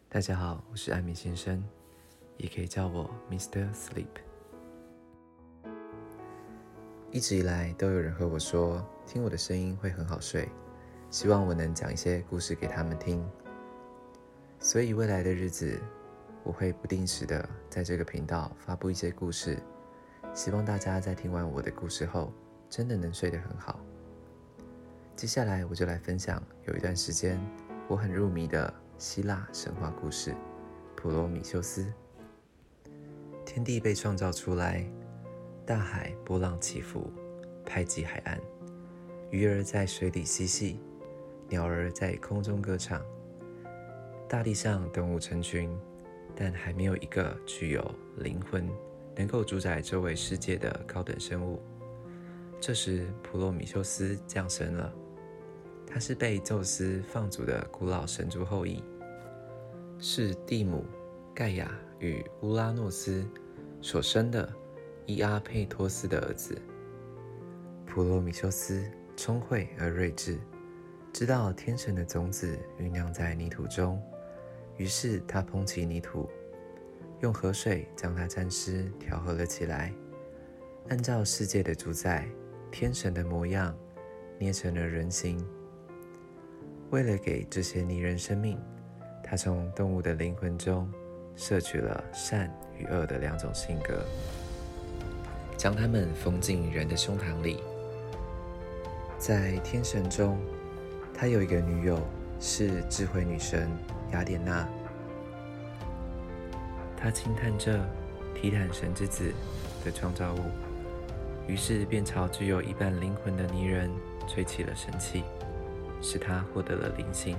大家好，我是安眠先生，也可以叫我 Mr. Sleep。一直以来都有人和我说，听我的声音会很好睡，希望我能讲一些故事给他们听。所以未来的日子，我会不定时的在这个频道发布一些故事，希望大家在听完我的故事后，真的能睡得很好。接下来我就来分享有一段时间我很入迷的希腊神话故事普罗米修斯。天地被创造出来，大海波浪起伏，拍击海岸，鱼儿在水里嬉戏，鸟儿在空中歌唱，大地上动物成群，但还没有一个具有灵魂能够主宰周围世界的高等生物。这时普罗米修斯降生了，他是被宙斯放逐的古老神族后裔，是蒂姆、盖亚与乌拉诺斯所生的伊阿佩托斯的儿子。普罗米修斯聪慧而睿智，知道天神的种子酝酿在泥土中，于是他捧起泥土，用河水将它沾湿调和了起来，按照世界的主宰天神的模样捏成了人形。为了给这些拟人生命，他从动物的灵魂中摄取了善与恶的两种性格，将它们封进人的胸膛里。在天神中，他有一个女友，是智慧女神雅典娜。他轻叹着提坦神之子的创造物，于是便朝具有一半灵魂的拟人吹起了神气，使他获得了灵性。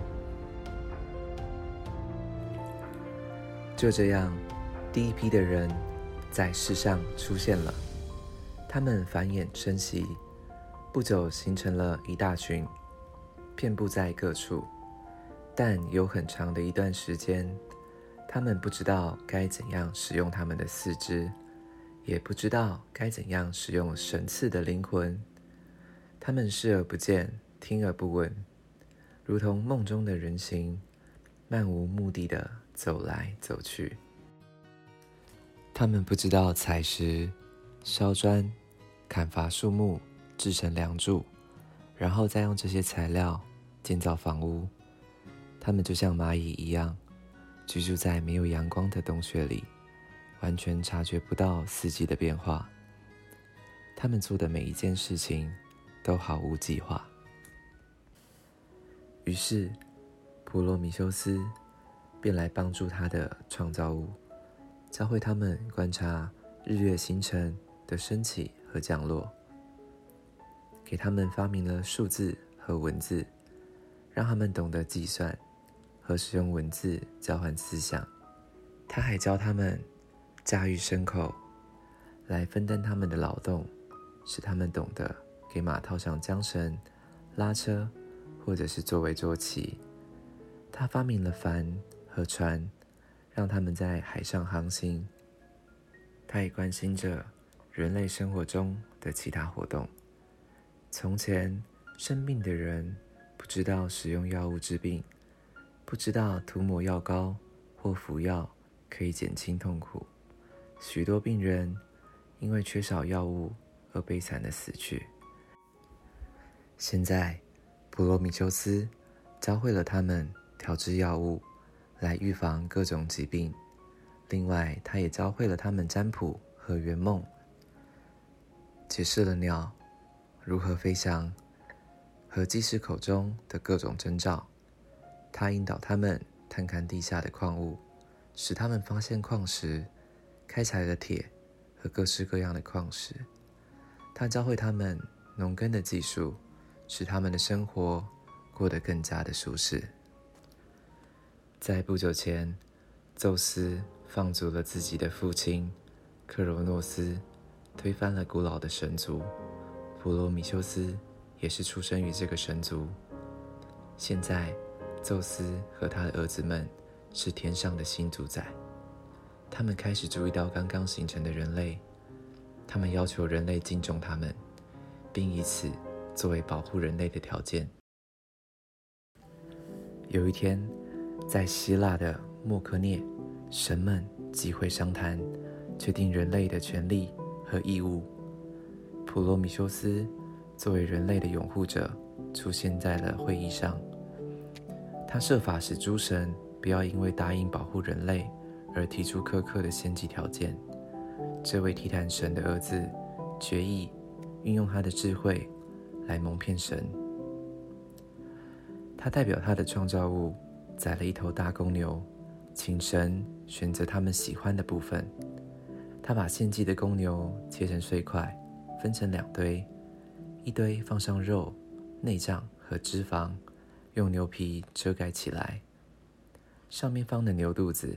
就这样，第一批的人在世上出现了，他们繁衍生息，不久形成了一大群，遍布在各处。但有很长的一段时间，他们不知道该怎样使用他们的四肢，也不知道该怎样使用神赐的灵魂。他们视而不见，听而不闻，如同梦中的人形，漫无目的地走来走去。他们不知道采石、烧砖、砍伐树木，制成梁柱，然后再用这些材料建造房屋。他们就像蚂蚁一样，居住在没有阳光的洞穴里，完全察觉不到四季的变化。他们做的每一件事情都毫无计划。于是普罗米修斯便来帮助他的创造物，教会他们观察日月星辰的升起和降落，给他们发明了数字和文字，让他们懂得计算和使用文字交换思想。他还教他们驾驭牲口，来分担他们的劳动，使他们懂得给马套上缰绳、拉车，或者是作为坐骑。他发明了帆和船，让他们在海上航行。他也关心着人类生活中的其他活动。从前生病的人不知道使用药物治病，不知道涂抹药膏或服药可以减轻痛苦，许多病人因为缺少药物而悲惨地死去。现在普罗米修斯教会了他们调制药物来预防各种疾病，另外他也教会了他们占卜和圆梦，解释了鸟如何飞翔和技师口中的各种征兆。他引导他们探看地下的矿物，使他们发现矿石，开采了铁和各式各样的矿石。他教会他们农耕的技术，使他们的生活过得更加的舒适。在不久前，宙斯放逐了自己的父亲克罗诺斯，推翻了古老的神族。普罗米修斯也是出生于这个神族。现在宙斯和他的儿子们是天上的新主宰，他们开始注意到刚刚形成的人类，他们要求人类敬重他们，并以此作为保护人类的条件。有一天，在希腊的莫科涅，神们集会商谈，决定人类的权利和义务。普罗米修斯作为人类的拥护者出现在了会议上，他设法使诸神不要因为答应保护人类而提出苛刻的先级条件。这位提坦神的儿子决意运用他的智慧来蒙骗神。他代表他的创造物宰了一头大公牛，请神选择他们喜欢的部分。他把献祭的公牛切成碎块，分成2堆，一堆放上肉、内脏和脂肪，用牛皮遮盖起来，上面放的牛肚子；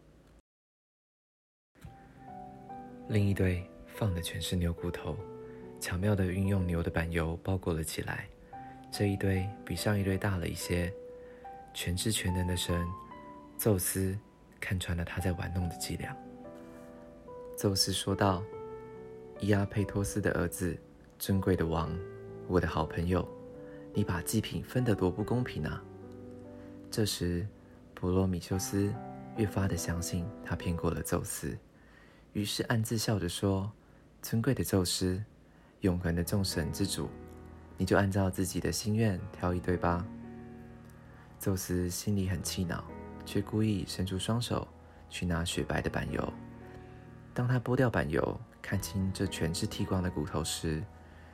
另一堆放的全是牛骨头，巧妙地运用牛的板油包裹了起来。这一堆比上一堆大了一些。全知全能的神宙斯看穿了他在玩弄的伎俩。宙斯说道：伊阿佩托斯的儿子，尊贵的王，我的好朋友，你把祭品分得多不公平啊！这时普罗米修斯越发的相信他骗过了宙斯，于是暗自笑着说：尊贵的宙斯，永恒的众神之主，你就按照自己的心愿挑一堆吧。宙斯心里很气恼，却故意伸出双手去拿雪白的板油。当他剥掉板油，看清这全是剃光的骨头时，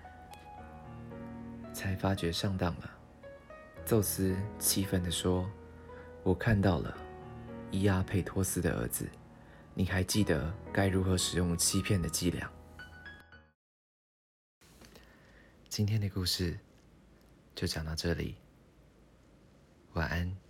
才发觉上当了。宙斯气愤地说：我看到了，伊阿佩托斯的儿子，你还记得该如何使用欺骗的伎俩？今天的故事就讲到这里，晚安。